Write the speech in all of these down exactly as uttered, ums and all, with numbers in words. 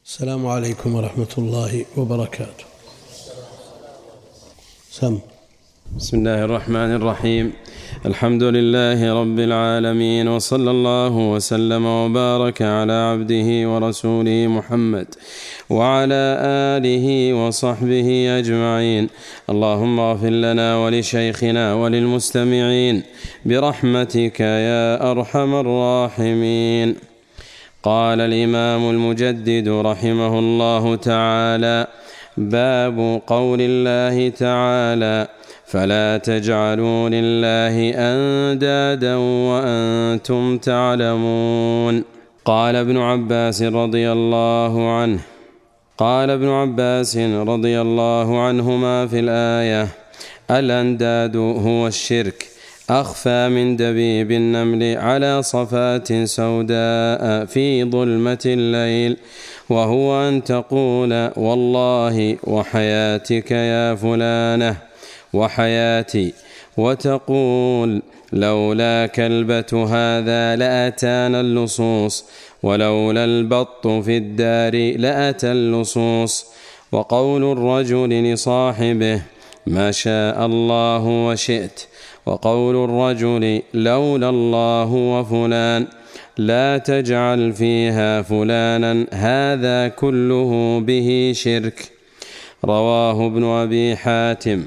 السلام عليكم ورحمة الله وبركاته. سم بسم الله الرحمن الرحيم. الحمد لله رب العالمين، وصلى الله وسلم وبارك على عبده ورسوله محمد وعلى آله وصحبه أجمعين. اللهم اغفر لنا ولشيخنا وللمستمعين برحمتك يا أرحم الراحمين. قال الإمام المجدد رحمه الله تعالى: باب قول الله تعالى: فلا تجعلوا لله أندادا وأنتم تعلمون. قال ابن عباس رضي الله عنه قال ابن عباس رضي الله عنهما في الآية: الأنداد هو الشرك أخفى من دبيب النمل على صفات سوداء في ظلمة الليل، وهو أن تقول والله وحياتك يا فلانة وحياتي، وتقول لولا كلبة هذا لأتانا اللصوص، ولولا البط في الدار لأتى اللصوص. وقول الرجل لصاحبه ما شاء الله وشئت، وقول الرجل لولا الله وفلان لا تجعل فيها فلانا، هذا كله به شرك. رواه ابن أبي حاتم.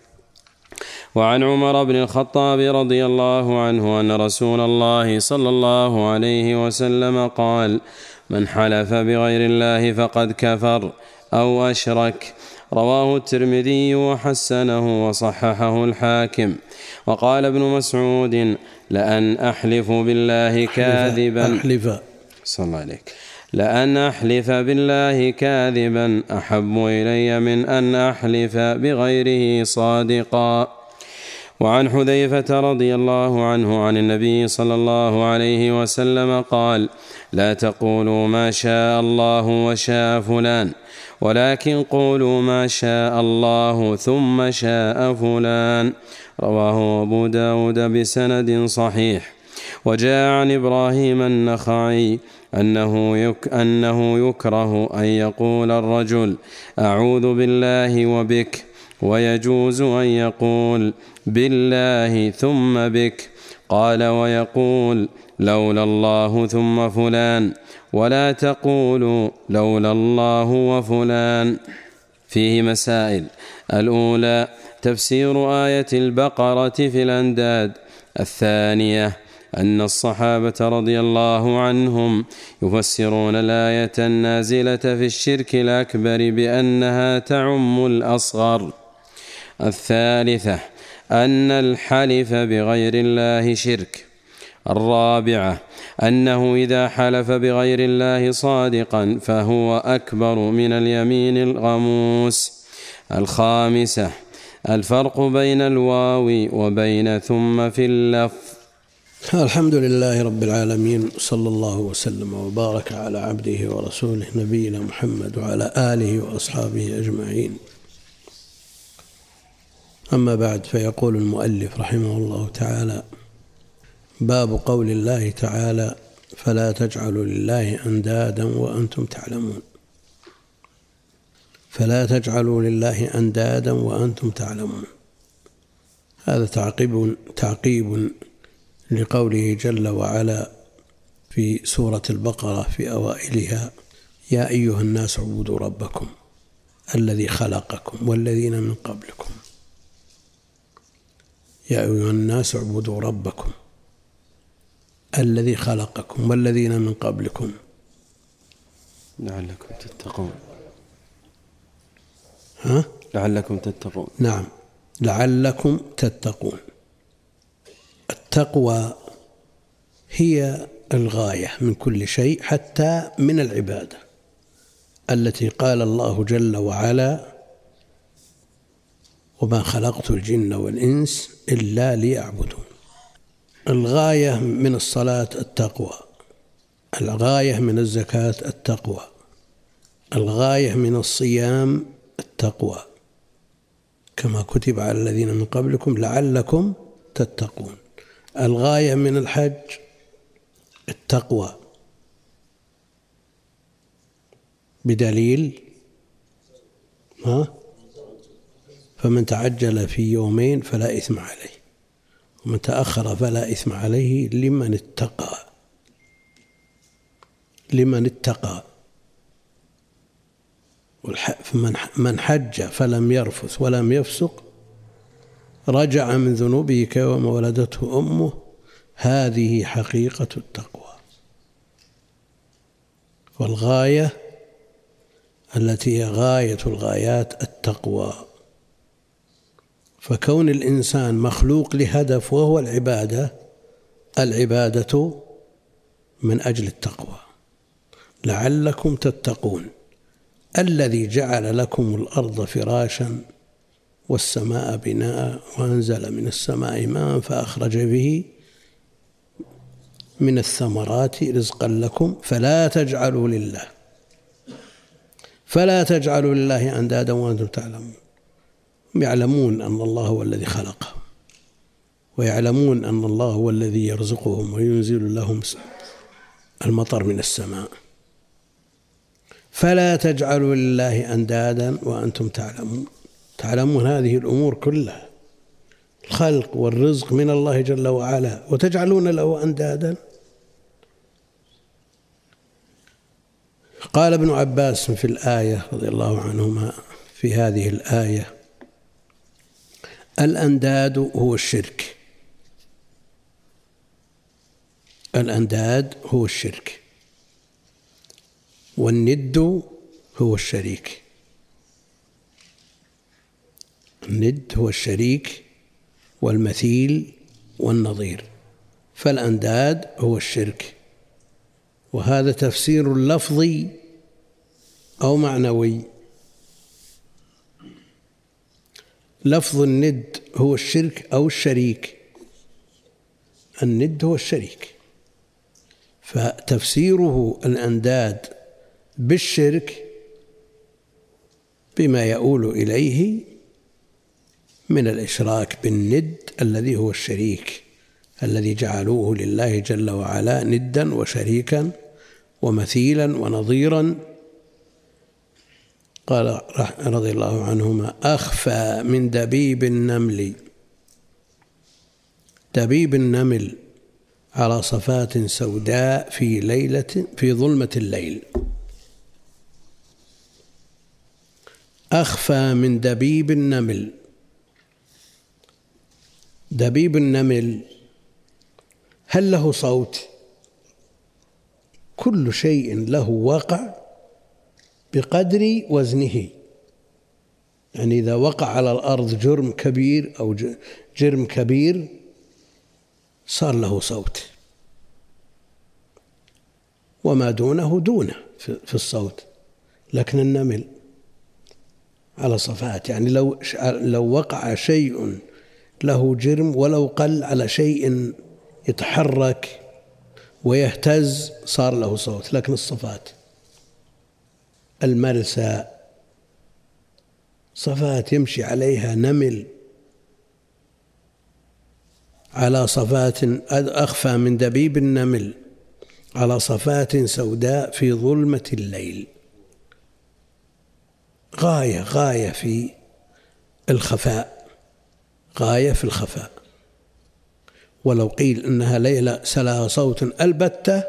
وعن عمر بن الخطاب رضي الله عنه أن رسول الله صلى الله عليه وسلم قال: من حلف بغير الله فقد كفر أو أشرك. رواه الترمذي وحسنه وصححه الحاكم. وقال ابن مسعود: لأن أحلف بالله كاذبا أحلف صلى الله عليك لأن أحلف بالله كاذبا أحب إلي من أن أحلف بغيره صادقا. وعن حذيفة رضي الله عنه عن النبي صلى الله عليه وسلم قال: لا تقولوا ما شاء الله وشاء فلان، ولكن قولوا ما شاء الله ثم شاء فلان. رواه أبو داود بسند صحيح. وجاء عن إبراهيم النخعي أنه, يك أنه يكره أن يقول الرجل أعوذ بالله وبك، ويجوز أن يقول بالله ثم بك. قال: ويقول لولا الله ثم فلان، ولا تقولوا لولا الله وفلان. فيه مسائل: الأولى تفسير آية البقرة في الأنداد. الثانية أن الصحابة رضي الله عنهم يفسرون الآية النازلة في الشرك الأكبر بأنها تعم الأصغر. الثالثة أن الحلف بغير الله شرك. الرابعة أنه إذا حلف بغير الله صادقا فهو أكبر من اليمين الغموس. الخامسة الفرق بين الواو وبين ثم في اللفظ. الحمد لله رب العالمين، صلى الله وسلم وبارك على عبده ورسوله نبينا محمد وعلى آله وأصحابه أجمعين. أما بعد، فيقول المؤلف رحمه الله تعالى: باب قول الله تعالى: فلا تجعلوا لله أندادا وأنتم تعلمون. فلا تجعلوا لله أندادا وأنتم تعلمون. هذا تعقيب تعقيب لقوله جل وعلا في سورة البقرة في أوائلها: يا أيها الناس اعبدوا ربكم الذي خلقكم والذين من قبلكم. يا أيها الناس اعبدوا ربكم الذي خلقكم والذين من قبلكم لعلكم تتقون. ها؟ لعلكم تتقون. نعم، لعلكم تتقون. التقوى هي الغاية من كل شيء، حتى من العبادة التي قال الله جل وعلا: وما خلقت الجن والإنس إلا ليعبدون. الغاية من الصلاة التقوى، الغاية من الزكاة التقوى، الغاية من الصيام التقوى، كما كتب على الذين من قبلكم لعلكم تتقون. الغاية من الحج التقوى، بدليل ها فمن تعجل في يومين فلا إثم عليه ومن تأخر فلا إثم عليه لمن اتقى لمن اتقى من حج فلم يرفث ولم يفسق رجع من ذنوبه كيوم ولدته أمه هذه حقيقة التقوى. والغاية التي هي غاية الغايات التقوى. فكون الإنسان مخلوق لهدف وهو العبادة، العبادة من أجل التقوى لعلكم تتقون الذي جعل لكم الأرض فراشا والسماء بناء وأنزل من السماء ماء فأخرج به من الثمرات رزقا لكم فلا تجعلوا لله فلا تجعلوا لله أندادا وأنتم تعلمون. هم يعلمون أن الله هو الذي خلقهم ويعلمون أن الله هو الذي يرزقهم وينزل لهم المطر من السماء. فلا تجعلوا لله أندادا وأنتم تعلمون تعلمون هذه الأمور كلها، الخلق والرزق من الله جل وعلا، وتجعلون له أندادا. قال ابن عباس في الآية رضي الله عنهما في هذه الآية: الأنداد هو الشرك، الأنداد هو الشرك، والند هو الشريك. الند هو الشريك والمثيل والنظير، فالأنداد هو الشرك. وهذا تفسير لفظي أو معنوي. لفظ الند هو الشرك أو الشريك، الند هو الشريك، فتفسيره الأنداد بالشرك بما يؤول إليه من الإشراك بالند الذي هو الشريك الذي جعلوه لله جل وعلا ندا وشريكا ومثيلا ونظيرا. قال رضي الله عنهما: أخفى من دبيب النمل، دبيب النمل على صفات سوداء في ليلة في ظلمة الليل. أخفى من دبيب النمل. دبيب النمل هل له صوت؟ كل شيء له وقع بقدر وزنه، يعني إذا وقع على الأرض جرم كبير أو جرم كبير صار له صوت، وما دونه دونه في الصوت. لكن النمل على صفات، يعني لو لو وقع شيء له جرم ولو قل على شيء يتحرك ويهتز صار له صوت. لكن الصفات المرسى صفات يمشي عليها نمل على صفات أخفى من دبيب النمل على صفات سوداء في ظلمة الليل. غاية غاية في الخفاء، غاية في الخفاء. ولو قيل إنها ليلة لها صوت البتة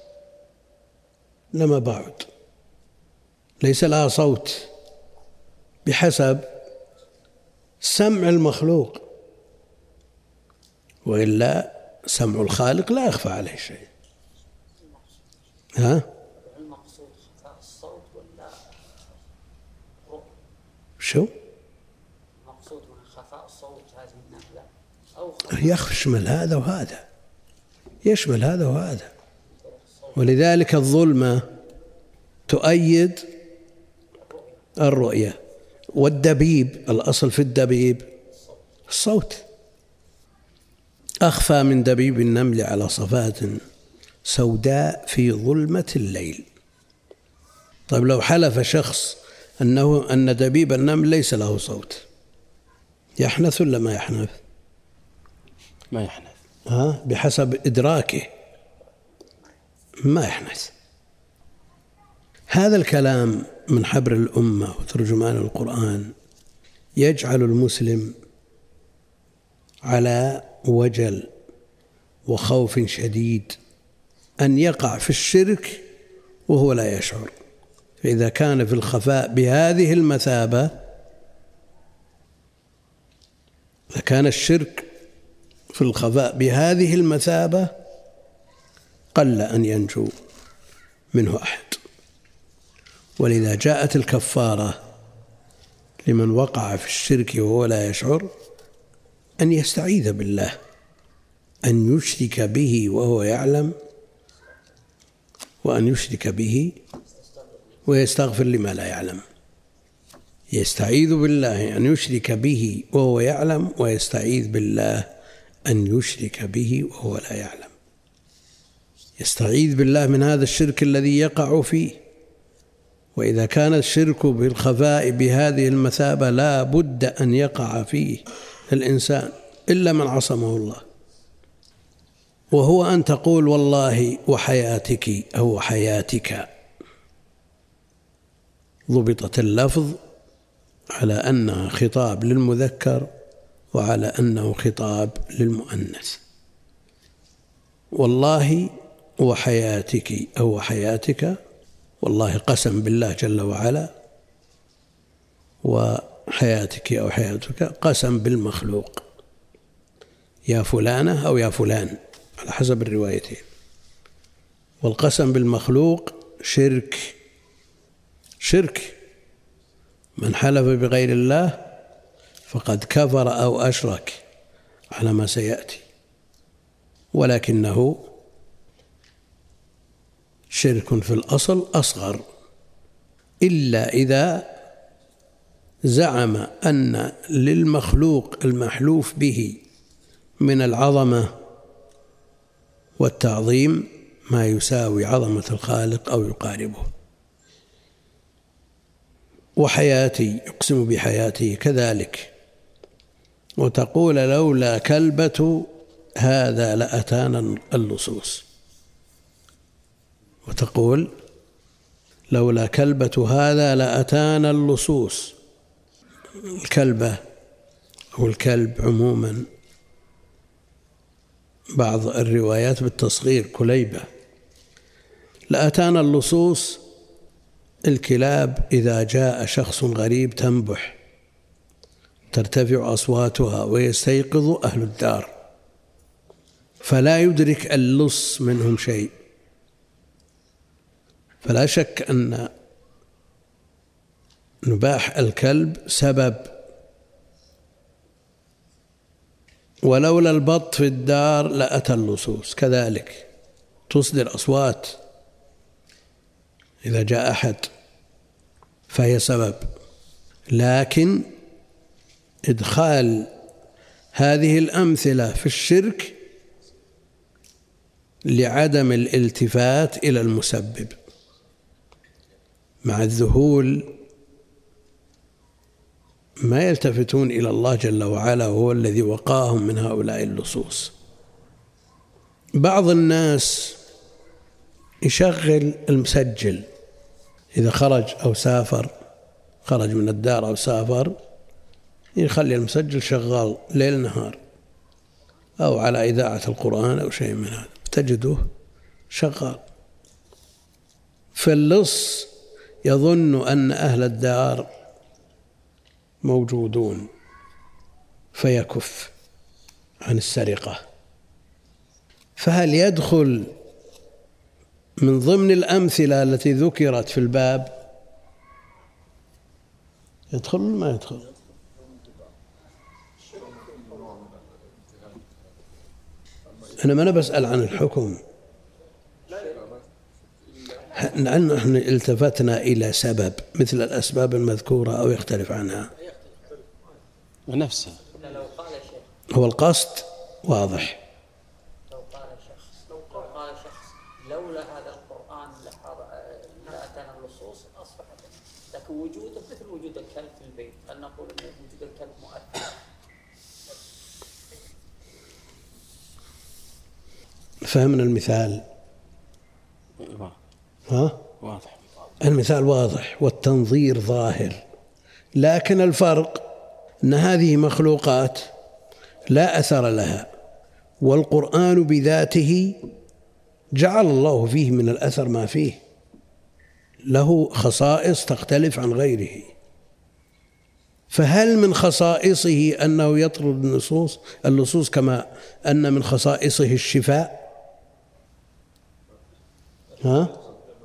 لما بعد، ليس لها صوت بحسب سمع المخلوق، وإلا سمع الخالق لا يخفى عليه شيء. ها؟ المقصود خفاء الصوت ولا شو؟ المقصود من خفاء الصوت هذه النحلة أو يشمل هذا وهذا، يشمل هذا وهذا. ولذلك الظلمة تؤيد الرؤية، والدبيب الأصل في الدبيب الصوت. أخفى من دبيب النمل على صفات سوداء في ظلمة الليل. طيب لو حلف شخص أنه أن دبيب النمل ليس له صوت، يحنث ولا ما يحنث؟ ما يحنث. ها؟ بحسب إدراكه ما يحنث. هذا الكلام من حبر الأمة وترجمان القرآن يجعل المسلم على وجل وخوف شديد أن يقع في الشرك وهو لا يشعر. فإذا كان في الخفاء بهذه المثابة، إذا كان الشرك في الخفاء بهذه المثابة قل أن ينجو منه أحد. ولذا جاءت الكفارة لمن وقع في الشرك وهو لا يشعر أن يستعيذ بالله، أن يشرك به وهو يعلم، وأن يشرك به ويستغفر لما لا يعلم. يستعيذ بالله أن يشرك به وهو يعلم، ويستعيذ بالله أن يشرك به وهو لا يعلم. يستعيذ بالله من هذا الشرك الذي يقع فيه. وإذا كان الشرك بالخفاء بهذه المثابة لا بد أن يقع فيه الإنسان إلا من عصمه الله، وهو أن تقول والله وحياتك أو حياتك. ضبطت اللفظ على أنها خطاب للمذكر وعلى أنه خطاب للمؤنث. والله وحياتك أو حياتك، والله قسم بالله جل وعلا، وحياتك أو حياتك قسم بالمخلوق، يا فلانة أو يا فلان على حسب الروايتين. والقسم بالمخلوق شرك، شرك. من حلف بغير الله فقد كفر أو أشرك على ما سيأتي، ولكنه شرك في الأصل أصغر، إلا إذا زعم أن للمخلوق المحلوف به من العظمة والتعظيم ما يساوي عظمة الخالق أو يقاربه. وحياتي، يقسم بحياته كذلك. وتقول لولا كلبة هذا لأتانا اللصوص، وتقول لولا كلبة هذا لأتانا اللصوص. الكلبة أو الكلب عموما بعض الروايات بالتصغير كليبة. لأتانا اللصوص الكلاب إذا جاء شخص غريب تنبح، ترتفع أصواتها ويستيقظ أهل الدار، فلا يدرك اللص منهم شيء. فلا شك أن نباح الكلب سبب، ولولا البط في الدار لأتى اللصوص كذلك، تصدر أصوات إذا جاء أحد، فهي سبب. لكن إدخال هذه الأمثلة في الشرك لعدم الالتفات إلى المسبب، مع الذهول ما يلتفتون إلى الله جل وعلا وهو الذي وقاهم من هؤلاء اللصوص. بعض الناس يشغل المسجل إذا خرج أو سافر، خرج من الدار أو سافر، يخلي المسجل شغال ليل نهار، أو على إذاعة القرآن أو شيء من هذا، تجده شغال. فاللص يظن أن أهل الدار موجودون فيكف عن السرقة. فهل يدخل من ضمن الأمثلة التي ذكرت في الباب؟ يدخل ما يدخل؟ أنا ما أنا بسأل عن الحكم، نحن التفتنا إلى سبب مثل الأسباب المذكورة أو يختلف عنها نفسها. هو القصد واضح. لو قال شخص لو قال شخص لولا هذا القرآن لأتانا اللصوص أصبحت، لكن وجوده مثل وجود الكلب في البيت، هل نقول أن وجود الكلب مؤثر؟ فهمنا المثال؟ واضح. ها؟ واضح. المثال واضح والتنظير ظاهر، لكن الفرق أن هذه مخلوقات لا أثر لها، والقرآن بذاته جعل الله فيه من الأثر ما فيه، له خصائص تختلف عن غيره. فهل من خصائصه أنه يطرد النصوص اللصوص كما أن من خصائصه الشفاء؟ ها؟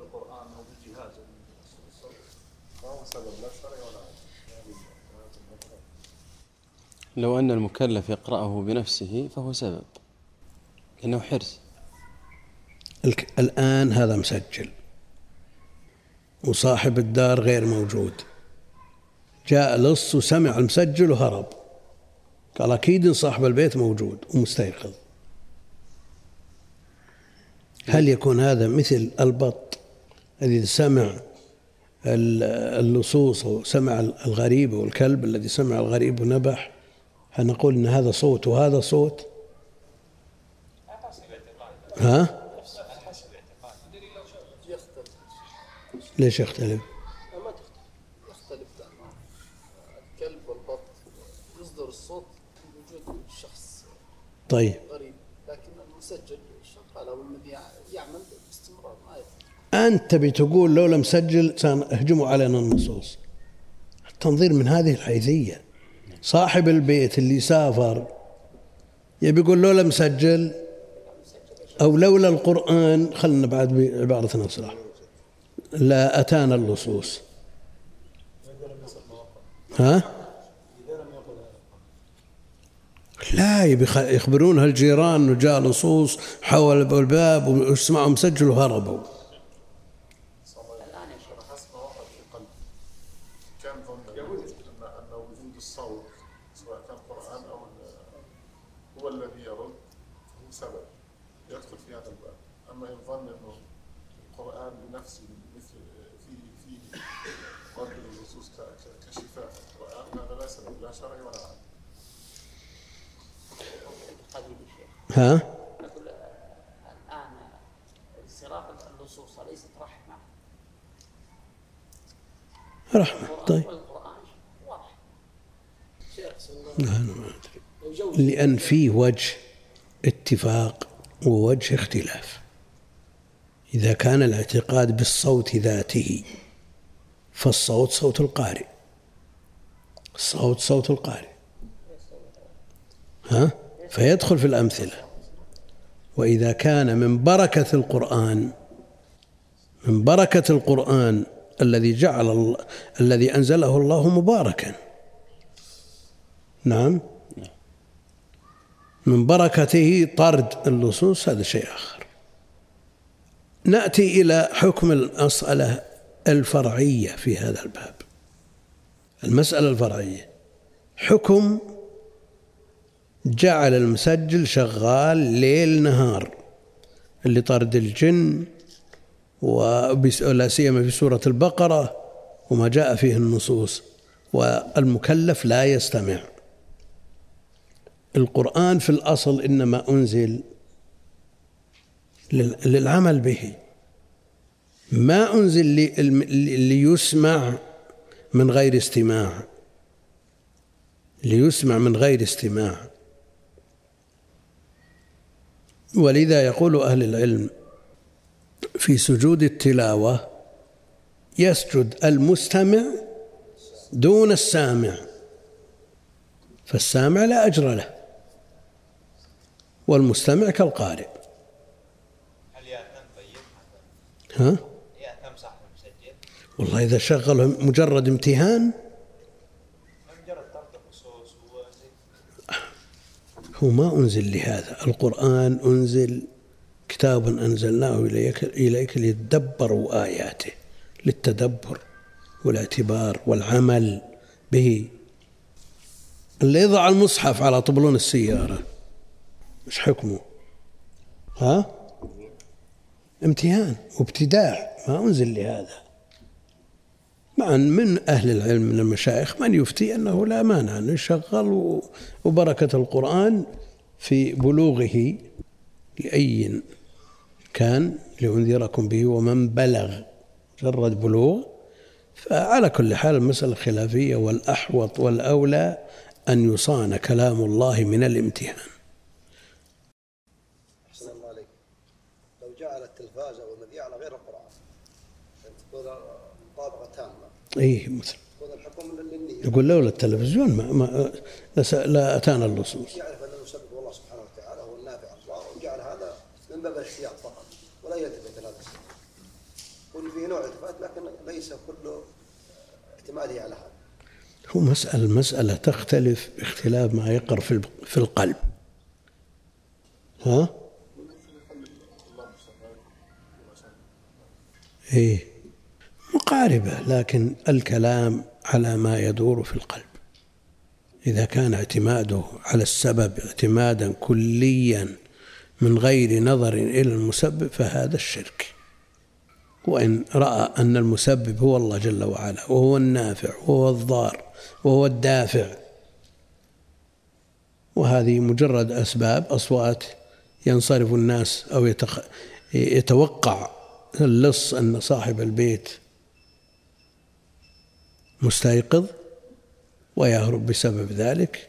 لو أن المكلف يقرأه بنفسه فهو سبب، لأنه حرص. الآن هذا مسجل وصاحب الدار غير موجود، جاء لص وسمع المسجل وهرب، قال أكيد صاحب البيت موجود ومستيقظ. هل يكون هذا مثل البط الذي سمع اللصوص وسمع الغريب، والكلب الذي سمع الغريب ونبح؟ هل نقول إن هذا صوت وهذا صوت؟ ها؟ ليش يختلف؟ ما يختلف، لأن الكلب والبط يصدر الصوت بوجود الشخص طيب غريب، لكن المسجل شغال أو الذي يعمل باستمرار ما يختلف. أنت بتقول لو لم سجل سيهجموا علينا النصوص. التنظير من هذه الحيثية. صاحب البيت اللي سافر يبي يقول لو لم سجل أو لولا القرآن، خلنا بعد بعبارة نصرة، لا أتانا اللصوص. ها؟ لا، يبي يخبرونها الجيران إنه جاء لصوص حول الباب وسمعوا مسجل وهربوا. ها؟ نقول الآن انصراف اللصوص ليست رحمة. رحمة. طيب. القرآن واضح. لا أنا ما أدري، لأن فيه وجه اتفاق ووجه اختلاف. إذا كان الاعتقاد بالصوت ذاته فالصوت صوت القارئ، الصوت صوت القارئ، ها؟ فيدخل في الأمثلة. وإذا كان من بركة القرآن، من بركة القرآن الذي جعل الله الذي أنزله الله مباركا، نعم، من بركته طرد اللصوص، هذا شيء آخر. نأتي إلى حكم المسألة الفرعية في هذا الباب. المسألة الفرعية حكم جعل المسجل شغال ليل نهار، اللي طرد الجن، ولا سيما في سورة البقرة وما جاء فيه النصوص، والمكلف لا يستمع. القرآن في الأصل إنما أنزل للعمل به، ما أنزل ليسمع من غير استماع، ليسمع من غير استماع. ولذا يقول أهل العلم في سجود التلاوة يسجد المستمع دون السامع، فالسامع لا أجر له والمستمع كالقارئ. هل يأثم طيب؟ ها؟ يأثم صاحب المسجل؟ والله إذا شغله مجرد امتهان، مجرد طرد خصوص هو ما أنزل لهذا. القرآن أنزل كتاب أنزلناه إليك, إليك ليتدبروا آياته، للتدبر والاعتبار والعمل به. اللي يضع المصحف على طبلون السيارة مش حكمه؟ ها؟ امتهان وابتداع، ما أنزل لهذا. مع من أهل العلم من المشايخ من يفتي أنه لا مانع أن يشغل، وبركة القرآن في بلوغه لأي كان لأنذركم به ومن بلغ، مجرد بلوغ. فعلى كل حال المسألة خلافية، والأحوط والأولى أن يصان كلام الله من الامتهان. أحسن الله عليك. لو جعل التلفاز أو المذياع على غير القرآن تكون مطابقة تامة. إيه مثل يكون الحكم للنية. يقول لولا التلفزيون ما, ما لا أتانا اللصوص. يعرف أن المسبب الله سبحانه وتعالى هو النافع الله، وجعل هذا من باب الاحتياط فقط ولا يلتفت إلى هذا الشيء. كل فيه نوع التفات لكن ليس كله اعتماده على هذا. هو مسألة المسألة تختلف باختلاف ما يقر في في القلب. ها؟ إيه مقاربة، لكن الكلام على ما يدور في القلب. إذا كان اعتماده على السبب اعتمادا كليا من غير نظر إلى المسبب فهذا الشرك. وإن رأى أن المسبب هو الله جل وعلا، وهو النافع وهو الضار وهو الدافع، وهذه مجرد أسباب أصوات ينصرف الناس أو يتخ... يتوقع اللص أن صاحب البيت مستيقظ ويهرب بسبب ذلك،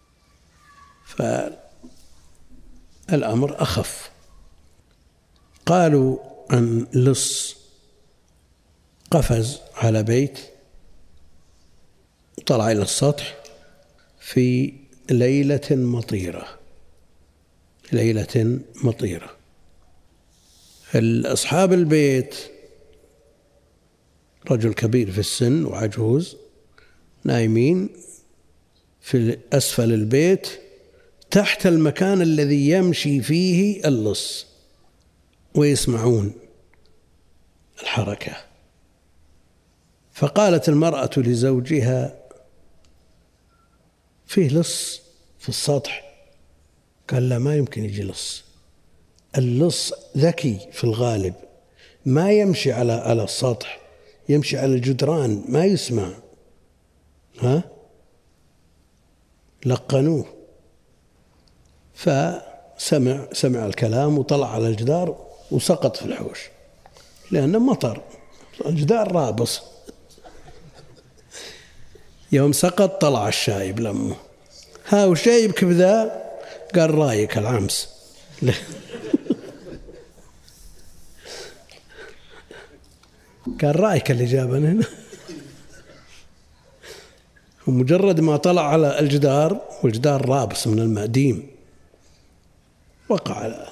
فالأمر أخف. قالوا عن لص قفز على بيت، طلع إلى السطح في ليلة مطيرة ليلة مطيرة أصحاب البيت رجل كبير في السن وعجوز نايمين في أسفل البيت تحت المكان الذي يمشي فيه اللص، ويسمعون الحركة. فقالت المرأة لزوجها: فيه لص في السطح. قال: لا، ما يمكن يجي لص. اللص ذكي في الغالب، ما يمشي على على السطح، يمشي على الجدران، ما يسمع. ها لقنوه، فسمع سمع الكلام وطلع على الجدار وسقط في الحوش لأنه مطر، الجدار رابص. يوم سقط طلع الشايب لأمه: ها وشايب كذا؟ قال: رايك العمس. قال: رايك اللي جابنا هنا. ومجرد ما طلع على الجدار والجدار رابص من المأديم وقع على.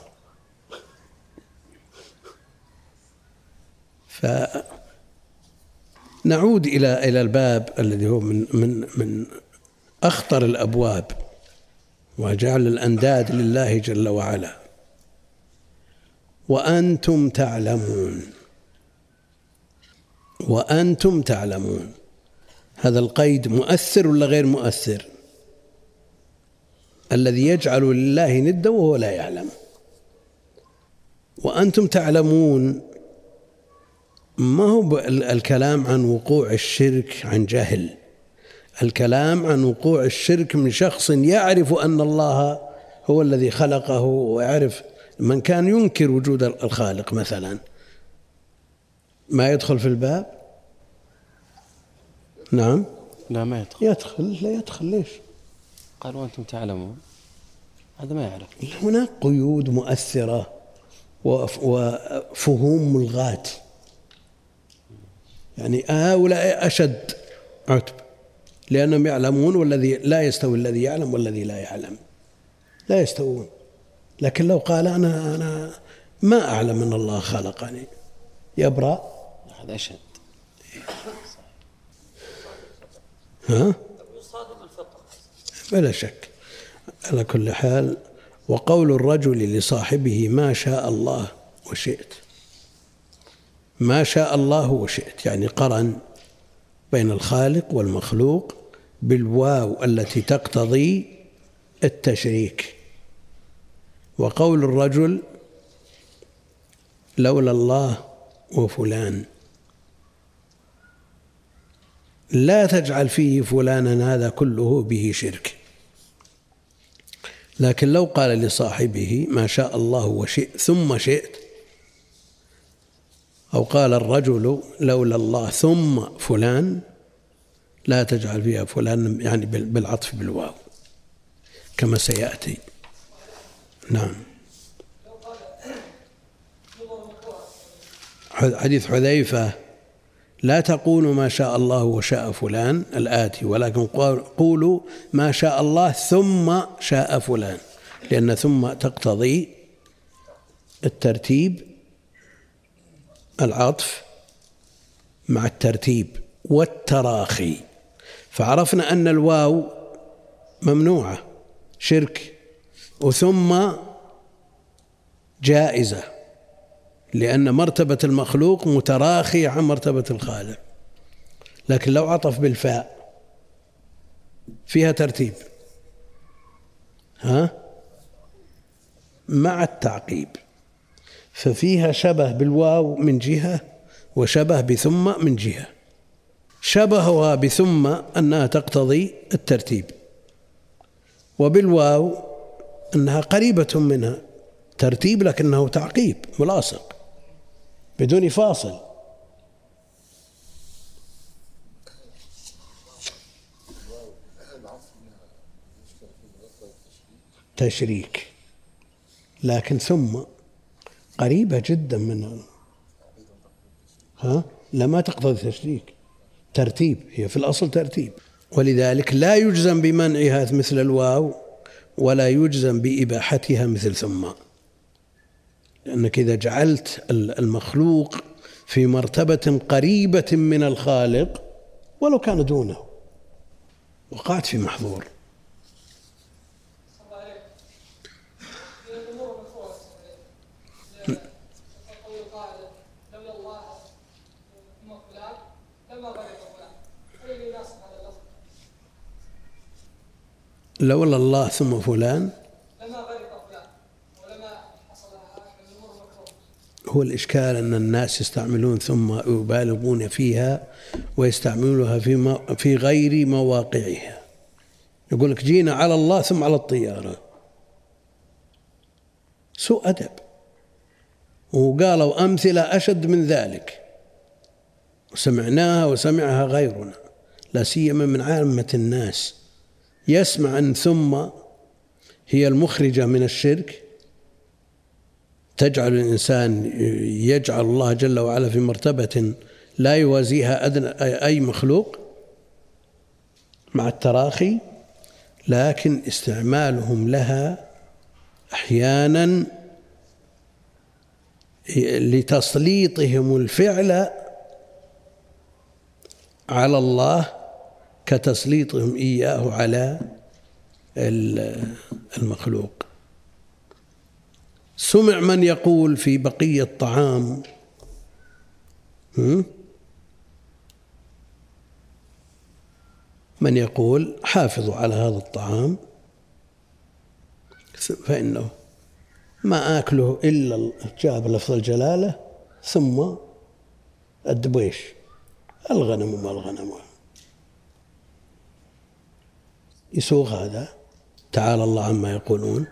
فنعود إلى إلى الباب الذي هو من من من أخطر الأبواب، وجعل الأنداد لله جل وعلا. وأنتم تعلمون وأنتم تعلمون هذا القيد مؤثر ولا غير مؤثر؟ الذي يجعل لله ندا وهو لا يعلم. وأنتم تعلمون ما هو الكلام عن وقوع الشرك عن جهل، الكلام عن وقوع الشرك من شخص يعرف أن الله هو الذي خلقه، ويعرف من كان ينكر وجود الخالق مثلا ما يدخل في الباب. نعم لا ما يدخل. يدخل لا يدخل ليش؟ قال وأنتم تعلمون، هذا ما يعرف. هناك قيود مؤثرة وفهوم ملغاة، يعني هؤلاء أشد عتب لأنهم يعلمون، والذي لا يستوي الذي يعلم والذي لا يعلم، لا يستوون. لكن لو قال أنا أنا ما أعلم أن الله خلقني يبرأ، هذا أشد. ها؟ يصادم الفطرة بلا شك. على كل حال، وقول الرجل لصاحبه: ما شاء الله وشئت، ما شاء الله وشئت، يعني قرن بين الخالق والمخلوق بالواو التي تقتضي التشريك. وقول الرجل: لولا الله وفلان، لا تجعل فيه فلانا هذا كله به شرك. لكن لو قال لصاحبه: ما شاء الله وشئت ثم شئت، أو قال الرجل لولا الله ثم فلان لا تجعل فيها فلان، يعني بالعطف بالواو كما سيأتي. نعم. حديث حذيفة لا تقولوا ما شاء الله وشاء فلان الآتي، ولكن قولوا ما شاء الله ثم شاء فلان، لأن ثم تقتضي الترتيب، العطف مع الترتيب والتراخي. فعرفنا أن الواو ممنوعة شرك، وثم جائزة لأن مرتبة المخلوق متراخية عن مرتبة الخالق. لكن لو عطف بالفاء فيها ترتيب ها مع التعقيب، ففيها شبه بالواو من جهة وشبه بثم من جهة. شبهها بثم أنها تقتضي الترتيب، وبالواو أنها قريبة منها ترتيب لكنه تعقيب ملاصق بدون فاصل. تشريك، لكن ثم قريبة جدا من ها لما تقتضي تشريك، ترتيب، هي في الأصل ترتيب. ولذلك لا يجزم بمنعها مثل الواو، ولا يجزم بإباحتها مثل ثم، لأنك إذا جعلت المخلوق في مرتبة قريبة من الخالق ولو كان دونه وقعت في محظور. لولا الله ثم فلان هو الإشكال أن الناس يستعملون ثم يبالغون فيها ويستعملونها في في غير مواقعها. يقول لك جينا على الله ثم على الطيارة، سوء أدب. وقالوا أمثلة أشد من ذلك وسمعناها وسمعها غيرنا، لا سيما من عامة الناس، يسمع أن ثم هي المخرجة من الشرك، تجعل الإنسان يجعل الله جل وعلا في مرتبة لا يوازيها أدنى أي مخلوق مع التراخي. لكن استعمالهم لها أحيانا لتسليطهم الفعل على الله كتسليطهم إياه على المخلوق. سمع من يقول في بقية الطعام من يقول حافظوا على هذا الطعام فإنه ما آكله إلا جاب لفظ الجلالة ثم الدبيش، الغنم وما الغنم، يسوغ هذا. تعالى الله عما يقولون.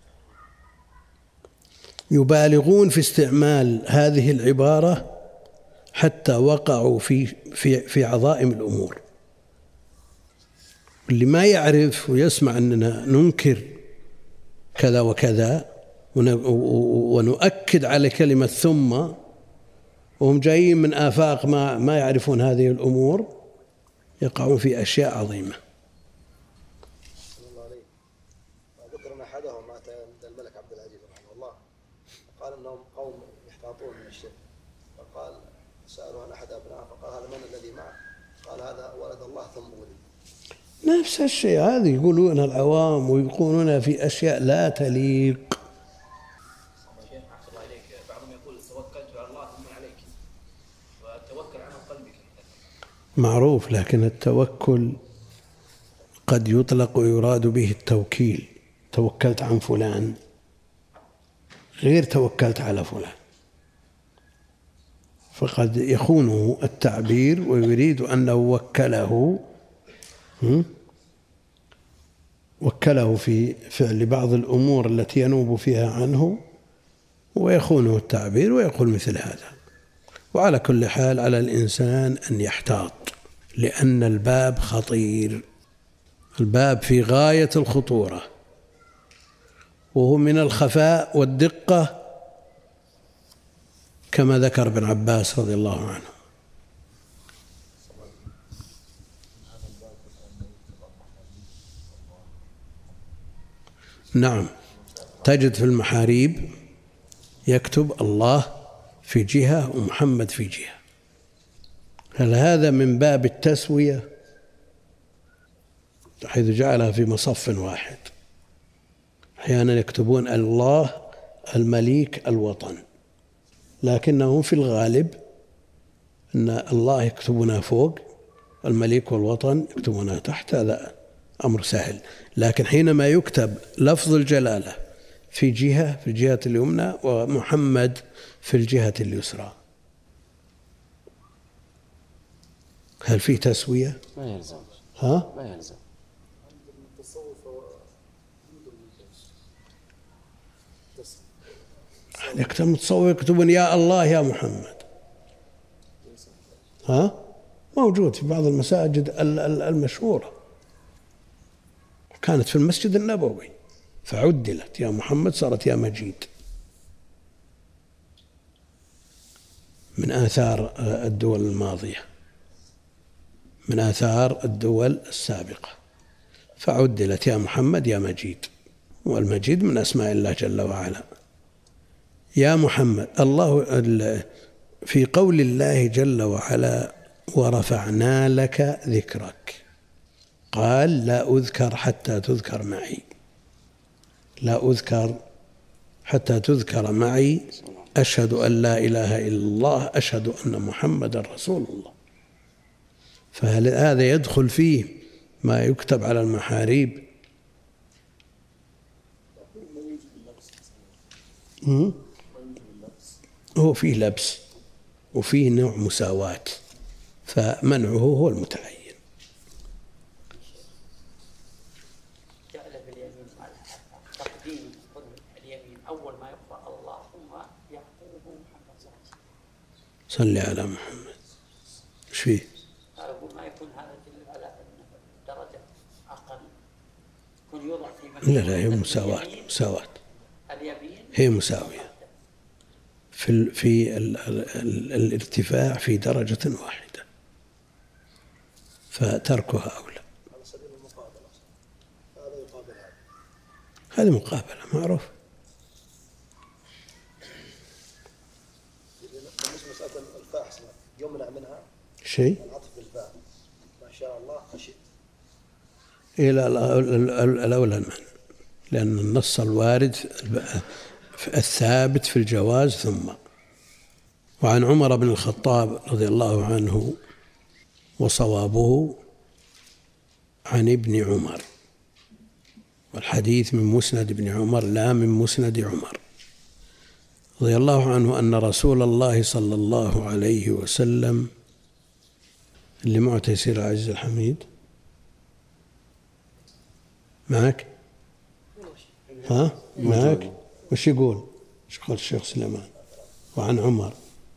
يبالغون في استعمال هذه العبارة حتى وقعوا في في في عظائم الأمور. اللي ما يعرف ويسمع أننا ننكر كذا وكذا ونؤكد على كلمة ثم، وهم جايين من آفاق ما ما يعرفون هذه الأمور، يقعون في أشياء عظيمة. ذكر أن أحدهم مات عند الملك عبد العزيز رحمه الله، قال أنهم قوم يحتاطون من الشرك، فقال سألوا عن أحد أبنائه فقال هذا من الذي معه؟ قال هذا ولد الله ثم ولد. نفس الشيء هذه يقولون العوام، ويقولون في أشياء لا تليق. بعضهم يقول توكلت على الله ثم عليك، والتوكل على قلبك معروف، لكن التوكل قد يطلق ويراد به التوكيل. توكلت عن فلان غير توكلت على فلان، فقد يخونه التعبير ويريد أنه وكله وكله في فعل بعض الأمور التي ينوب فيها عنه، ويخونه التعبير ويقول مثل هذا. وعلى كل حال على الإنسان أن يحتاط، لأن الباب خطير، الباب في غاية الخطورة، وهو من الخفاء والدقة كما ذكر ابن عباس رضي الله عنه. نعم، تجد في المحاريب يكتب الله في جهة ومحمد في جهة. هل هذا من باب التسوية حيث جعلها في مصف واحد؟ أحيانا يكتبون الله المليك الوطن، لكنهم في الغالب أن الله يكتبونها فوق، المليك والوطن يكتبونها تحت، هذا أمر سهل. لكن حينما يكتب لفظ الجلالة في جهة في الجهة اليمنى ومحمد في الجهة اليسرى، هل في تسوية؟ ما يلزم. ها؟ ما يلزم. يكتب متصور يكتبون يا الله يا محمد، ها؟ موجود في بعض المساجد المشهورة، كانت في المسجد النبوي فعدلت يا محمد صارت يا مجيد، من آثار الدول الماضية، من آثار الدول السابقة، فعدلت يا محمد يا مجيد، والمجيد من أسماء الله جل وعلا. يا محمد، الله في قول الله جل وعلا ورفعنا لك ذكرك، قال لا أذكر حتى تذكر معي، لا أذكر حتى تذكر معي، أشهد أن لا إله إلا الله، أشهد أن محمد رسول الله. فهذا يدخل فيه ما يكتب على المحاريب. هو فيه لبس وفيه نوع مساواة، فمنعه هو المتعين. جعل باليمين تقديم اليمين أول ما يقرأ الله ثم يقوله محمد صلى الله عليه وسلم. صلي على محمد. ايش فيه؟ أقول ما يكون هذا يدل على أن درجة أقل، يكون يوضع في مكان. لا لا، هي مساواة، مساواة، اليمين هي مساوية في ال في ال ال ال الارتفاع في درجة واحدة، فتركها أولى. على سبيل المقابلة هذا يقابل هذا، هذه مقابلة معروف. بالنسبة مسألة الفاحش يمنع منها شيء العطف بالفاء، ما شاء الله خشيت. إلى الأولى المنع، لأن النص الوارد الثابت في الجواز. ثم وعن عمر بن الخطاب رضي الله عنه، وصوابه عن ابن عمر، والحديث من مسند ابن عمر لا من مسند عمر، رضي الله عنه أن رسول الله صلى الله عليه وسلم، اللي معه تيسير العزيز الحميد معك؟ ها؟ معك؟ وش يقول؟ وش قال الشيخ سليمان؟ وعن عمر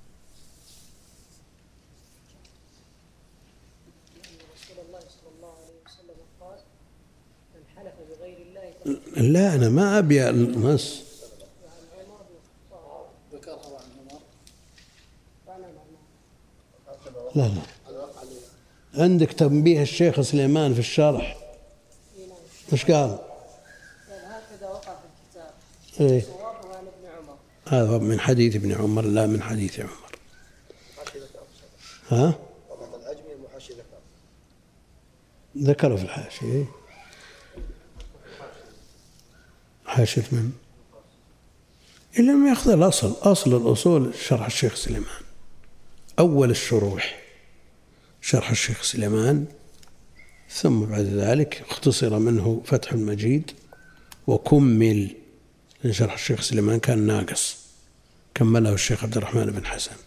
رسول الله صلى الله عليه وسلم قال من حلف بغير الله. لا أنا ما أبي النص. ذكرها عن عمر. لا لا، عندك تنبيه الشيخ سليمان في الشرح، وش قال؟ هكذا وقع في الكتاب. إيه؟ صوابه عن ابن عمر. هذا من حديث ابن عمر لا من حديث عمر. ها؟ طبعا العجمي المحاشي ذكر ذكره في الحاشية. حاشية من؟ إلا ما يأخذ الأصل، أصل الأصول شرح الشيخ سليمان، أول الشروح شرح الشيخ سليمان، ثم بعد ذلك اختصر منه فتح المجيد وكمل، لأن شرح الشيخ سليمان كان ناقص، كمله الشيخ عبد الرحمن بن حسن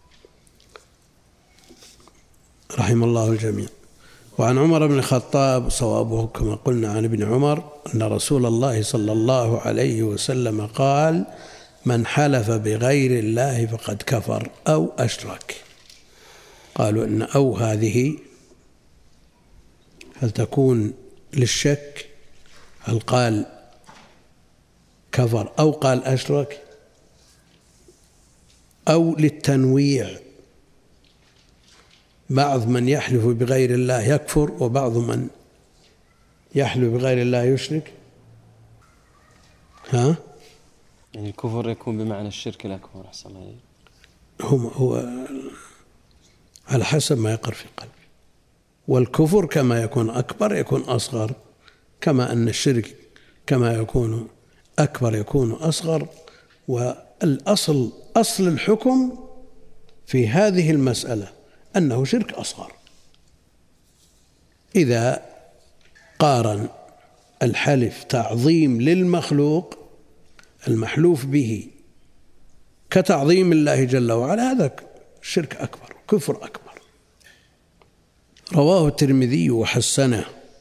رحم الله الجميع. وعن عمر بن الخطاب صوابه كما قلنا عن ابن عمر أن رسول الله صلى الله عليه وسلم قال من حلف بغير الله فقد كفر أو أشرك. قالوا إن أو هذه هل تكون للشك؟ هل قال كفر أو قال أشرك، أو للتنويع؟ بعض من يحلف بغير الله يكفر وبعض من يحلف بغير الله يشرك. ها؟ يعني الكفر يكون بمعنى الشرك الأكبر أحسن الله. هو هو على حسب ما يقر في القلب، والكفر كما يكون أكبر يكون أصغر، كما أن الشرك كما يكون أكبر يكون أصغر. والأصل أصل الحكم في هذه المسألة أنه شرك أصغر. إذا قارن الحلف تعظيم للمخلوق المحلوف به كتعظيم الله جل وعلا، هذا شرك أكبر، كفر أكبر. رواه الترمذي وحسنه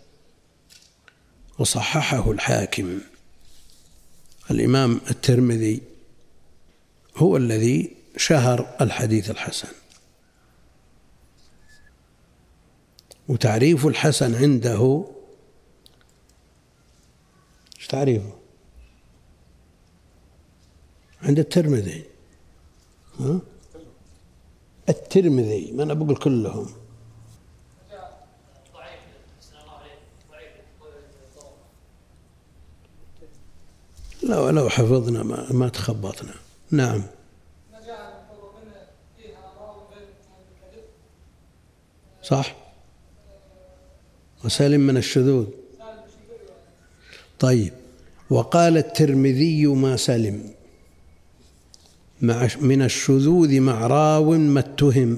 وصححه الحاكم. الإمام الترمذي هو الذي شهر الحديث الحسن، وتعريف الحسن عنده ايش تعريفه عند الترمذي؟ ها؟ الترمذي، ما أنا بقول كلهم. لو لو حفظنا ما, ما تخبطنا. نعم. صح، وسلم من الشذوذ. طيب، وقال الترمذي ما سلم مع من الشذوذ مع راو ما اتهم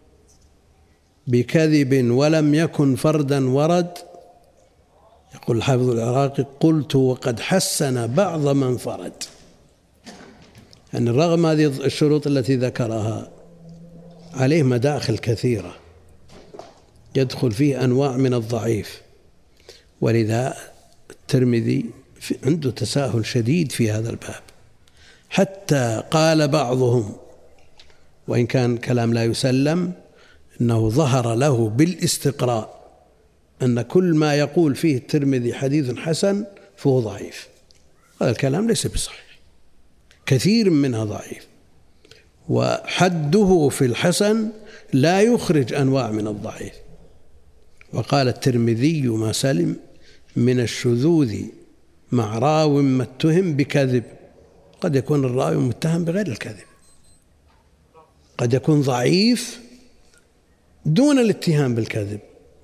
بكذب ولم يكن فردا ورد. يقول الحافظ العراقي: قلت وقد حسن بعض من فرد. يعني رغم هذه الشروط التي ذكرها عليه مداخل كثيرة يدخل فيه أنواع من الضعيف، ولذا الترمذي عنده تساهل شديد في هذا الباب. حتى قال بعضهم، وإن كان كلام لا يسلم، أنه ظهر له بالاستقراء أن كل ما يقول فيه الترمذي حديث حسن فهو ضعيف. هذا الكلام ليس بصحيح، كثير منها ضعيف، وحده في الحسن لا يخرج أنواع من الضعيف. وقال الترمذي ما سلم من الشذوذ مع راو ما اتهم بكذب. قد يكون الراوي متهم بغير الكذب، قد يكون ضعيف دون الاتهام بالكذب،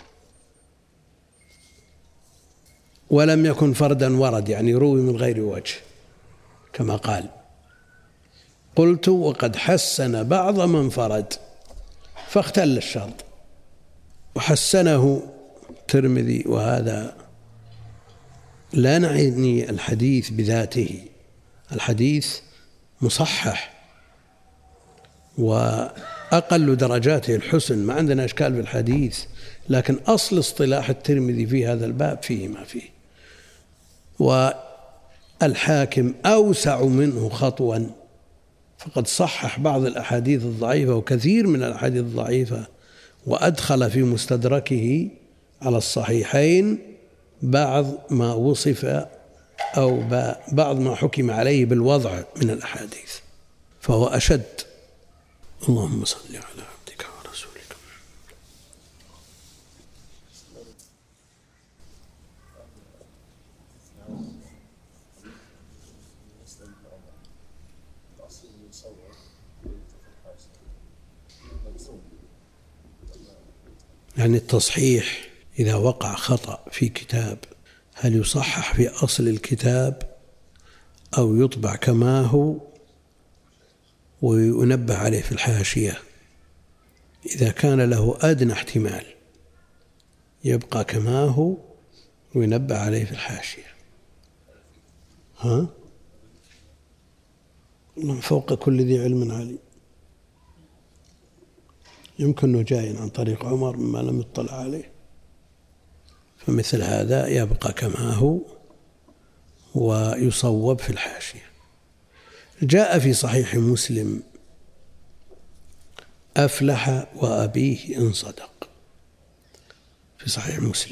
ولم يكن فردا ورد، يعني روي من غير وجه كما قال. قلت وقد حسن بعض من فرد، فاختل الشرط وحسنه الترمذي. وهذا لا نعني الحديث بذاته، الحديث مصحح وأقل درجاته الحسن، ما عندنا إشكال في الحديث، لكن أصل اصطلاح الترمذي في هذا الباب فيه ما فيه. والحاكم أوسع منه خطوا، فقد صحح بعض الأحاديث الضعيفة وكثير من الأحاديث الضعيفة، وأدخل في مستدركه على الصحيحين بعض ما وصف أو بعض ما حكم عليه بالوضع من الأحاديث، فهو أشد. اللهم صل على عبدك ورسولك. يعني التصحيح إذا وقع خطأ في كتاب هل يصحح في أصل الكتاب أو يطبع كما هو وينبه عليه في الحاشية؟ إذا كان له أدنى احتمال يبقى كما هو وينبه عليه في الحاشية. ها؟ من فوق كل ذي علم عليم. يمكن أنه جاي عن طريق عمر مما لم يطلع عليه، فمثل هذا يبقى كما هو ويصوب في الحاشية. جاء في صحيح مسلم: أفلح وأبيه إن صدق، في صحيح مسلم.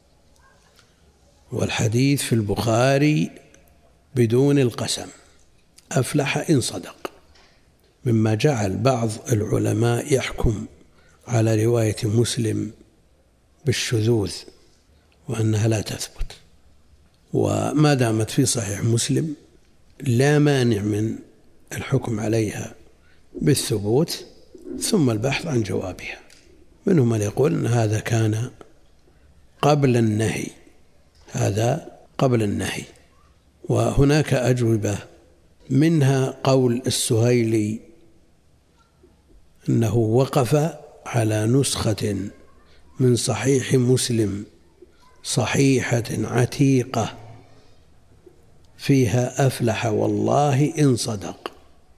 والحديث في البخاري بدون القسم: أفلح إن صدق، مما جعل بعض العلماء يحكم على رواية مسلم بالشذوذ وأنها لا تثبت. وما دامت في صحيح مسلم لا مانع من الحكم عليها بالثبوت ثم البحث عن جوابها. منهم من يقول أن هذا كان قبل النهي، هذا قبل النهي. وهناك أجوبة، منها قول السهيلي أنه وقف على نسخة من صحيح مسلم صحيحة عتيقة فيها أفلح والله إن صدق.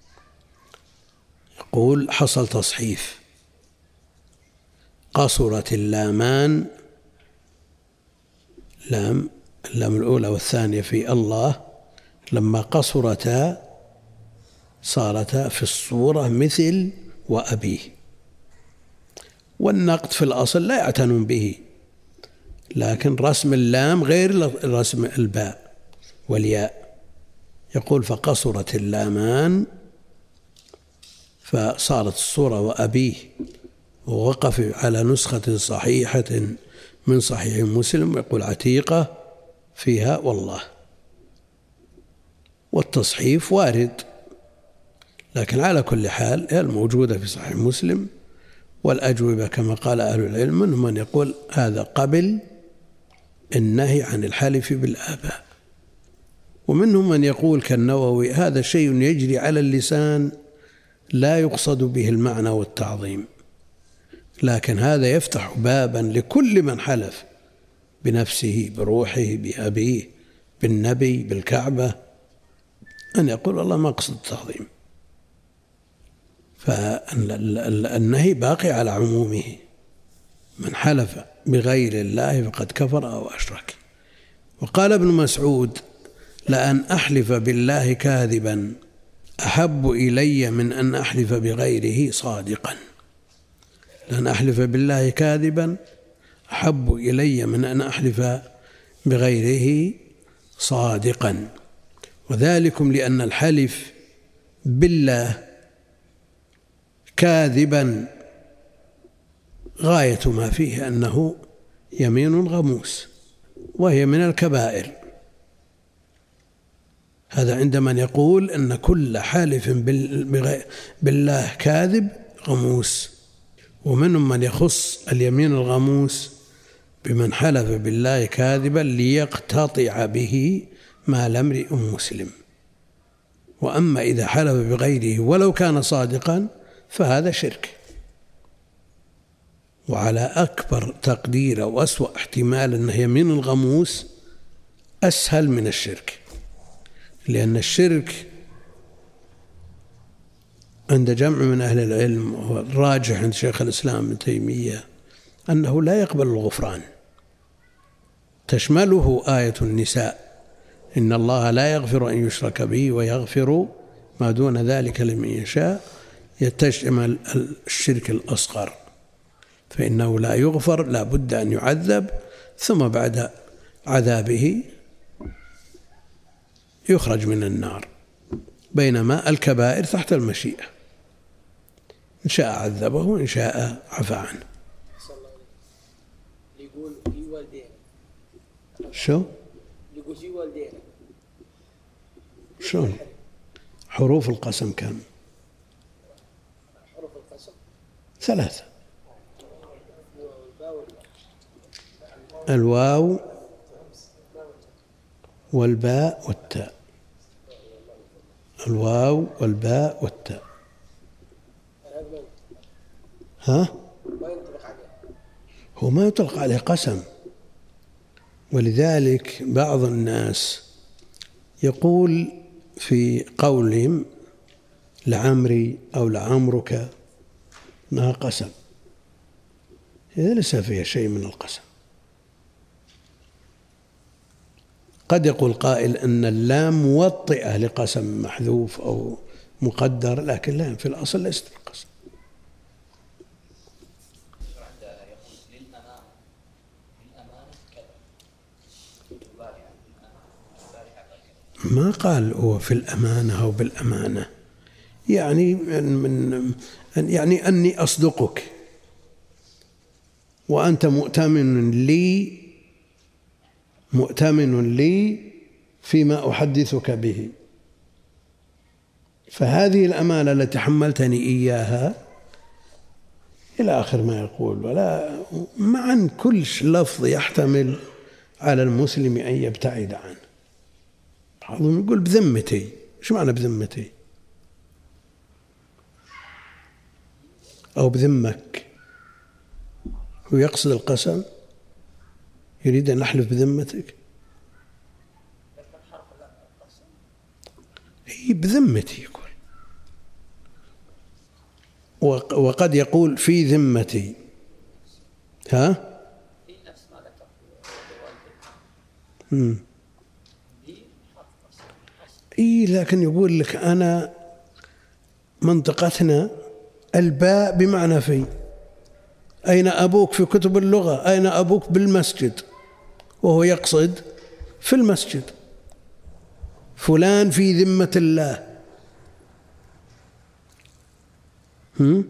يقول: حصل تصحيف، قصرت اللامان، لام اللام الأولى والثانية في الله، لما قصرتا صارتا في الصورة مثل وأبيه. والنقد في الأصل لا يعتنون به، لكن رسم اللام غير رسم الباء والياء. يقول: فقصرت اللامان فصارت الصورة وأبيه، ووقف على نسخة صحيحة من صحيح مسلم يقول عتيقة فيها والله. والتصحيف وارد، لكن على كل حال هي الموجودة في صحيح مسلم. والأجوبة كما قال أهل العلم منهم من يقول هذا قبل النهي عن الحلف بالآباء، ومنهم من يقول كالنووي هذا شيء يجري على اللسان لا يقصد به المعنى والتعظيم، لكن هذا يفتح بابا لكل من حلف بنفسه بروحه بأبيه بالنبي بالكعبة أن يقول والله ما أقصد التعظيم. فالنهي باقي على عمومه: من حلف بغير الله فقد كفر أو أشرك. وقال ابن مسعود: لأن أحلف بالله كاذبا أحب إلي من أن أحلف بغيره صادقا. لأن أحلف بالله كاذبا أحب إلي من أن أحلف بغيره صادقا. وذلكم لأن الحلف بالله كاذبا غاية ما فيه أنه يمين غموس، وهي من الكبائر. هذا عند من يقول أن كل حالف بالله كاذب غموس. ومنهم من يخص اليمين الغموس بمن حلف بالله كاذبا ليقتطع به مال امرئ مسلم. وأما إذا حلف بغيره ولو كان صادقا فهذا شرك. وعلى أكبر تقدير وأسوأ احتمال أن يمين الغموس أسهل من الشرك، لأن الشرك عند جمع من أهل العلم والراجح عند شيخ الإسلام ابن تيمية أنه لا يقبل الغفران. تشمله آية النساء: إن الله لا يغفر أن يشرك به ويغفر ما دون ذلك لمن يشاء. يتشمل الشرك الأصغر، فإنه لا يغفر، لا بد أن يعذب، ثم بعد عذابه يخرج من النار. بينما الكبائر تحت المشيئة، إن شاء عذبه وإن شاء عفى عنه. يقول في والدين شو؟ يقول في والدين شلون؟ حروف القسم كم؟ حروف القسم ثلاثة: الواو والباء والتاء. الواو والباء والتاء. ها؟ هو ما يطلق عليه قسم، ولذلك بعض الناس يقول في قولهم لعمري أو لعمرك إنها قسم، إذا ليس فيها شيء من القسم. قد يقول قائل أن اللام موطئة لقسم محذوف أو مقدر، لكن لا، في الأصل ليست القسم. ما قال هو في الأمانة أو بالأمانة، يعني من يعني أني أصدقك وأنت مؤتمن لي مؤتمن لي فيما أحدثك به، فهذه الأمانة التي حملتني إياها إلى آخر ما يقول. ولا معا كل لفظ يحتمل على المسلم أن يبتعد عنه. بعضهم يقول بذمتي. إيش معنى بذمتي؟ أو بذمك؟ هو يقصد القسم؟ يريد أن أحلف بذمتك؟ هي بذمتي يقول، وقد يقول في ذمتي. ها؟ امم إيه، لكن يقول لك أنا منطقتنا الباء بمعنى في. أين أبوك في كتب اللغة؟ أين أبوك بالمسجد؟ وهو يقصد في المسجد. فلان في ذمة الله. هم؟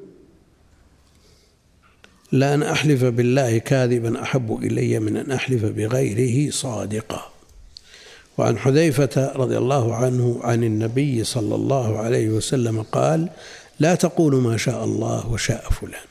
لا أن أحلف بالله كاذبا أحب إلي من أن أحلف بغيره صادقا. وعن حذيفة رضي الله عنه عن النبي صلى الله عليه وسلم قال: لا تقولوا ما شاء الله وشاء فلان،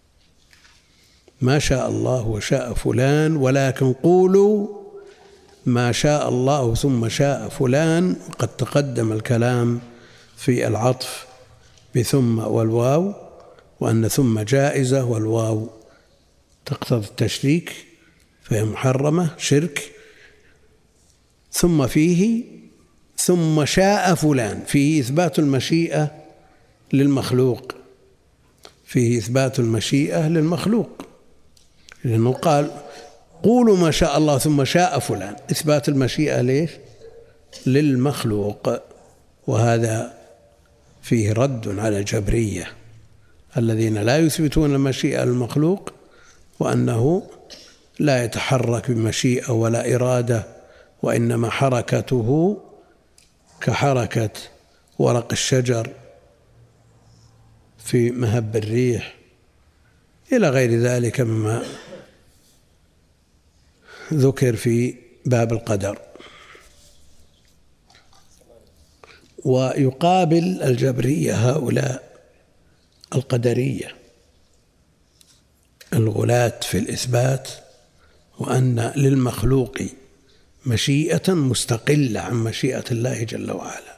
ما شاء الله وشاء فلان، ولكن قولوا ما شاء الله ثم شاء فلان. قد تقدم الكلام في العطف بثم والواو، وأن ثم جائزة والواو تقتضي التشريك فهي محرمة شرك. ثم فيه ثم شاء فلان، فيه إثبات المشيئة للمخلوق، فيه إثبات المشيئة للمخلوق، لأنه قال قولوا ما شاء الله ثم شاء فلان، إثبات المشيئة ليش؟ للمخلوق. وهذا فيه رد على الجبرية الذين لا يثبتون المشيئة للمخلوق، وأنه لا يتحرك بمشيئة ولا إرادة، وإنما حركته كحركة ورق الشجر في مهب الريح إلى غير ذلك مما ذكر في باب القدر. ويقابل الجبرية هؤلاء القدرية الغلاة في الإثبات، وأن للمخلوق مشيئة مستقلة عن مشيئة الله جل وعلا.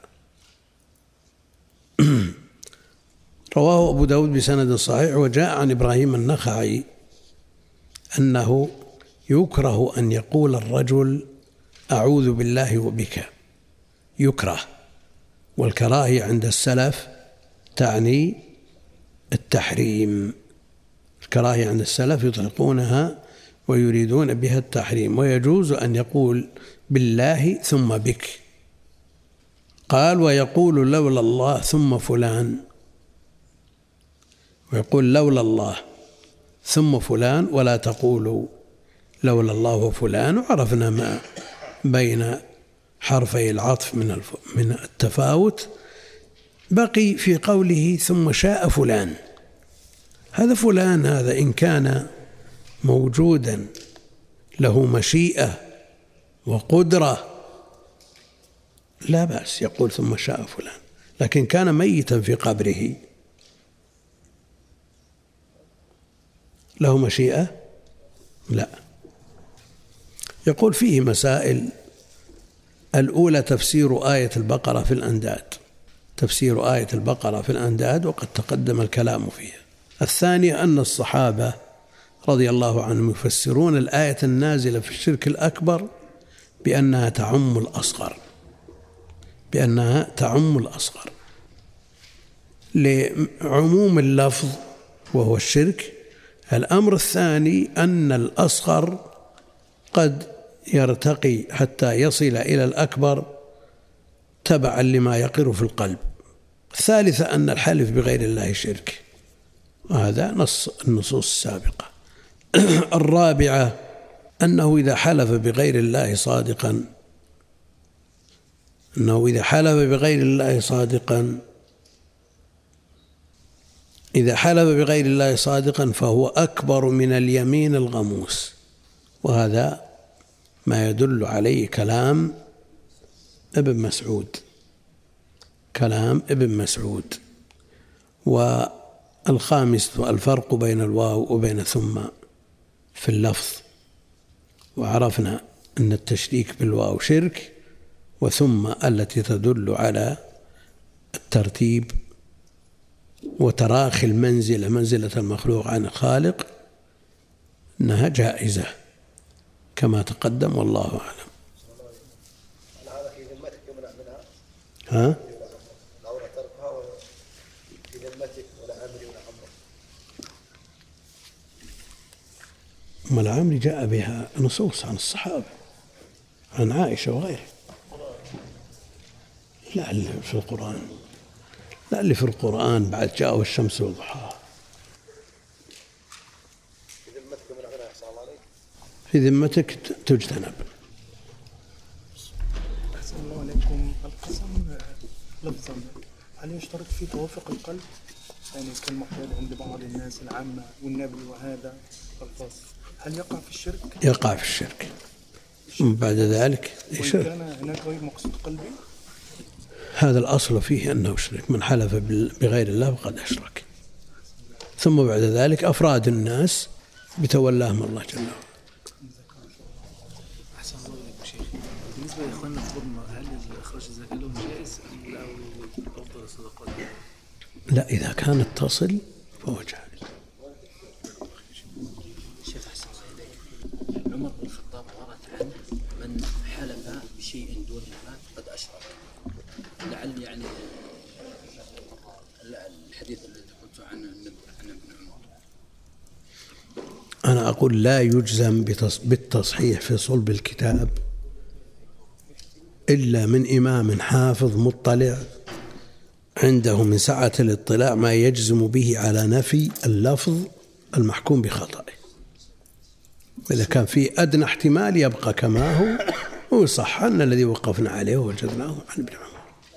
رواه أبو داود بسند صحيح. وجاء عن إبراهيم النخعي أنه يكره أن يقول الرجل أعوذ بالله وبك، يكره. والكراهية عند السلف تعني التحريم. الكراهية عند السلف يطلقونها ويريدون بها التحريم. ويجوز أن يقول بالله ثم بك. قال ويقول لولا الله ثم فلان، ويقول لولا الله ثم فلان، ولا تقولوا لولا الله وفلان. وعرفنا ما بين حرفي العطف من من التفاوت. بقي في قوله ثم شاء فلان، هذا فلان هذا إن كان موجودا له مشيئة وقدرة لا بأس يقول ثم شاء فلان، لكن كان ميتا في قبره له مشيئة؟ لا. يقول فيه مسائل. الأولى تفسير آية البقرة في الأنداد، تفسير آية البقرة في الأنداد وقد تقدم الكلام فيها. الثانية أن الصحابة رضي الله عنهم يفسرون الآية النازلة في الشرك الأكبر بأنها تعم الأصغر، بأنها تعم الأصغر لعموم اللفظ وهو الشرك. الأمر الثاني أن الأصغر قد يرتقي حتى يصل إلى الأكبر تبعا لما يقر في القلب. الثالثة أن الحلف بغير الله شرك، وهذا نص النصوص السابقة. الرابعة أنه إذا حلف بغير الله صادقا أنه إذا حلف بغير الله صادقا إذا حلف بغير الله صادقا فهو أكبر من اليمين الغموس، وهذا ما يدل عليه كلام ابن مسعود كلام ابن مسعود. والخامس الفرق بين الواو وبين ثم في اللفظ، وعرفنا أن التشريك بالواو شرك، وثم التي تدل على الترتيب وتراخي المنزلة منزلة المخلوق عن الخالق أنها جائزة كما تقدم، والله أعلم. هذا في ذمتك يمنع منها؟ ها؟ العورة تركها في ذمتك ولا عمري ولا عمرك؟ أم العمري جاء بها نصوص عن الصحابة، عن عائشة وغيره. لا اللي في القرآن، لا اللي في القرآن بعد جاء الشمس وضحاها. في ذمتك يمنع منها أحسن الله عليك؟ في ذمتك تجتنب. أحسن الله عليكم. القسم لفظا هل يشترط فيه توافق القلب؟ يعني كالمعتاد عند بعض الناس العامة والنبي وهذا الفاظ، هل يقع في الشرك؟ يقع في الشرك. بعد ذلك وإن كان هناك غير مقصود قلبي؟ هذا الأصل فيه أنه شرك، من حلف بغير الله فقد أشرك. ثم بعد ذلك أفراد الناس بتولاهم الله جل وعلا. أحسن الله إليكم شيخ. بالنسبة لإخواننا في بورما، هل إخراج الزكاة لهم جائز أم لا أفضل الصدقات؟ لا، إذا كانت تصل فهو جائز. شيخ أحسن الله إليك، عمر بن الخطاب ورد عنه من حلف بشيء دون الله قد أشرك. لعل يعني الحديث الذي قلت عنه عن ابن عمر. أنا أقول لا يجزم بالتصحيح في صلب الكتاب إلا من إمام حافظ مطلع عنده من سعة الاطلاع ما يجزم به على نفي اللفظ المحكوم بخطأه. وإذا كان في أدنى احتمال يبقى كما هو، وصح أن الذي وقفنا عليه ووجدناه عن ابن عمر.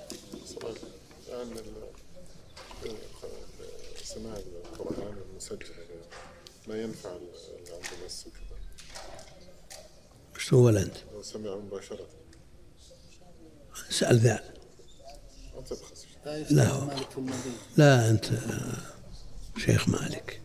سماع القرآن المسجل ما ينفع اللي عنده بس كذا؟ مش هو أنت؟ لو سمع مباشرة. سأل ذا. أنت تخصص. لا هو. لا أنت شيخ مالك.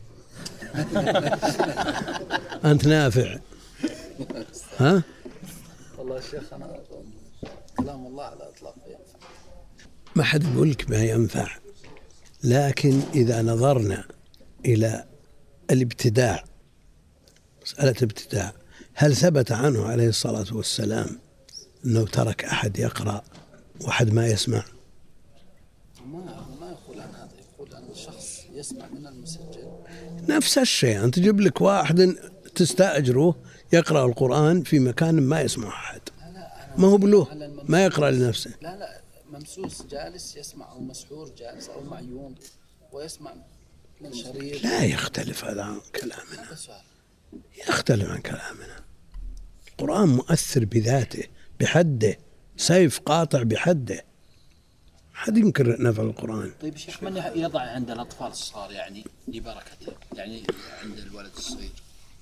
أنت نافع. ها؟ والله يا شيخ أنا كلام الله على إطلاق ينفع. ما حد يقول لك ما ينفع، لكن إذا نظرنا إلى الابتداع، مسألة ابتداع، هل ثبت عنه عليه الصلاة والسلام أنه ترك أحد يقرأ وأحد ما يسمع؟ ما ما يقول عن هذا، يقول عن الشخص يسمع من المسجل. نفس الشيء، أنت تجيب لك واحد تستأجره يقرأ القرآن في مكان ما يسمع أحد، ما هو بلوه، ما يقرأ لنفسه. لا لا، ممسوس جالس يسمع، أو مسحور جالس، أو معيون ويسمع من شريط. لا يختلف هذا عن كلامنا، يختلف عن كلامنا. القرآن مؤثر بذاته بحده، سيف قاطع بحده، حد ينكر نفع القرآن. طيب شيخ، من يضع عند الأطفال الصغار يعني لبركته، يعني عند الولد الصغير؟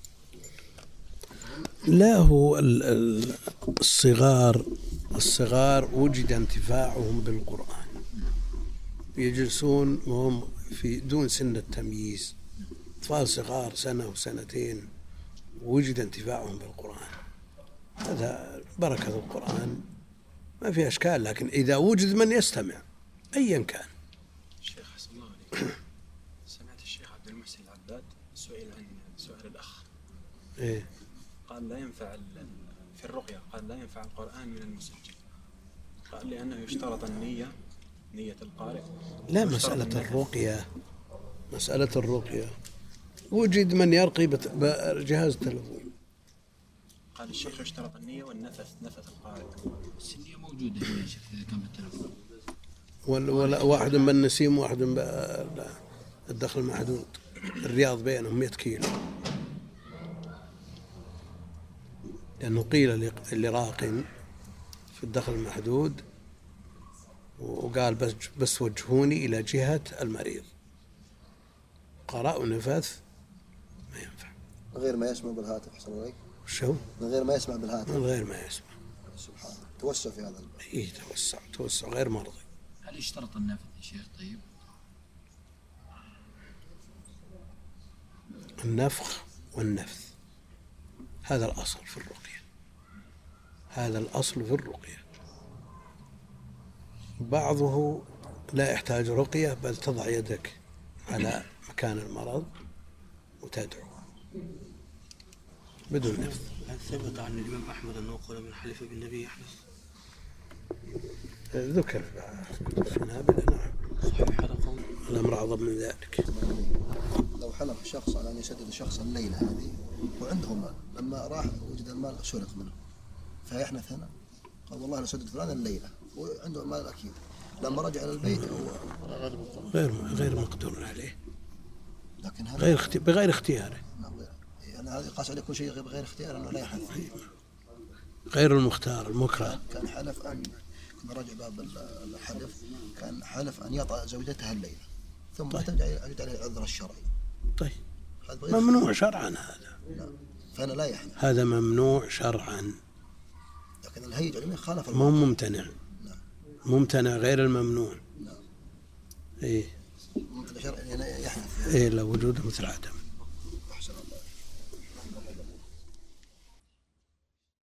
لا، هو الصغار الصغار وجد انتفاعهم بالقرآن، يجلسون وهم في دون سن التمييز، أطفال صغار سنة وسنتين وجد انتفاعهم بالقرآن، هذا بركة القرآن ما في أشكال. لكن إذا وجد من يستمع أيا كان. الشيخ حسن الله عليك، سمعت الشيخ عبد المحسن العباد سئل عن سؤال الأخ، إيه؟ قال لا ينفع في الرقية، قال لا ينفع القرآن من المسجل، قال لأنه يشترط النية، نية القارئ. لا، مسألة الرقية مسألة الرقية وجد من يرقي بجهاز التلفون. قال الشيخ يشترط النية والنفث نفث القارئ. بس النية موجودة هنا يا شيخ إذا كان بالتلفون. ولا ولا واحد بالنسيم وواحد بالدخل المحدود، الرياض بينهم مئة كيلو. لأنه قيل لراق في الدخل المحدود وقال بس, بس وجهوني إلى جهة المريض، قراء ونفث ما ينفع. من غير ما يسمع بالهاتف حسن عليك؟ شو؟ من غير ما يسمع بالهاتف. من غير ما يسمع. سبحان الله، توسع في هذا الباب. إيه توسع توسع غير مرضي. هل يشترط النفث يا شيخ؟ طيب النفخ والنفث هذا الأصل في الرقية، هذا الأصل في الرقية. بعضه لا يحتاج رقية، بل تضع يدك على مكان المرض وتدعو بدون نفث. هل ثبت عن الإمام أحمد أنه قال من حلف بالنبي يحلف؟ ذكر في نابلة. نعم صحيح هذا قول. الأمر أعظم من ذلك. لو حلف شخص على أن يسدد شخص الليلة هذه وعنده مال، لما راح وجد المال سرق منه فيحنث هنا، قال والله لسدد فلان الليلة وعنده مال أكيد، لما رجع إلى البيت هو غير غير مقدور عليه، لكن هذا غير اختي... بغير اختياره. يعني هذا قاس عليه كل شيء بغير اختيار، أنه لا يحنث غير المختار المكره. كان حلف أن كنا رجع باب الحلف، كان حلف أن يطأ زوجتها الليلة ثم طيب. ترجع يعود عليه العذر الشرعي. طيب ممنوع شرعا هذا. لا. فأنا لا يحنث. هذا ممنوع شرعا. لكن الهيج علمي خالف مو ممتنع. لا. ممتنع غير الممنوع. لا. إيه. ممتنع شرعا يحنث. إيه لا وجوده مثل عدم.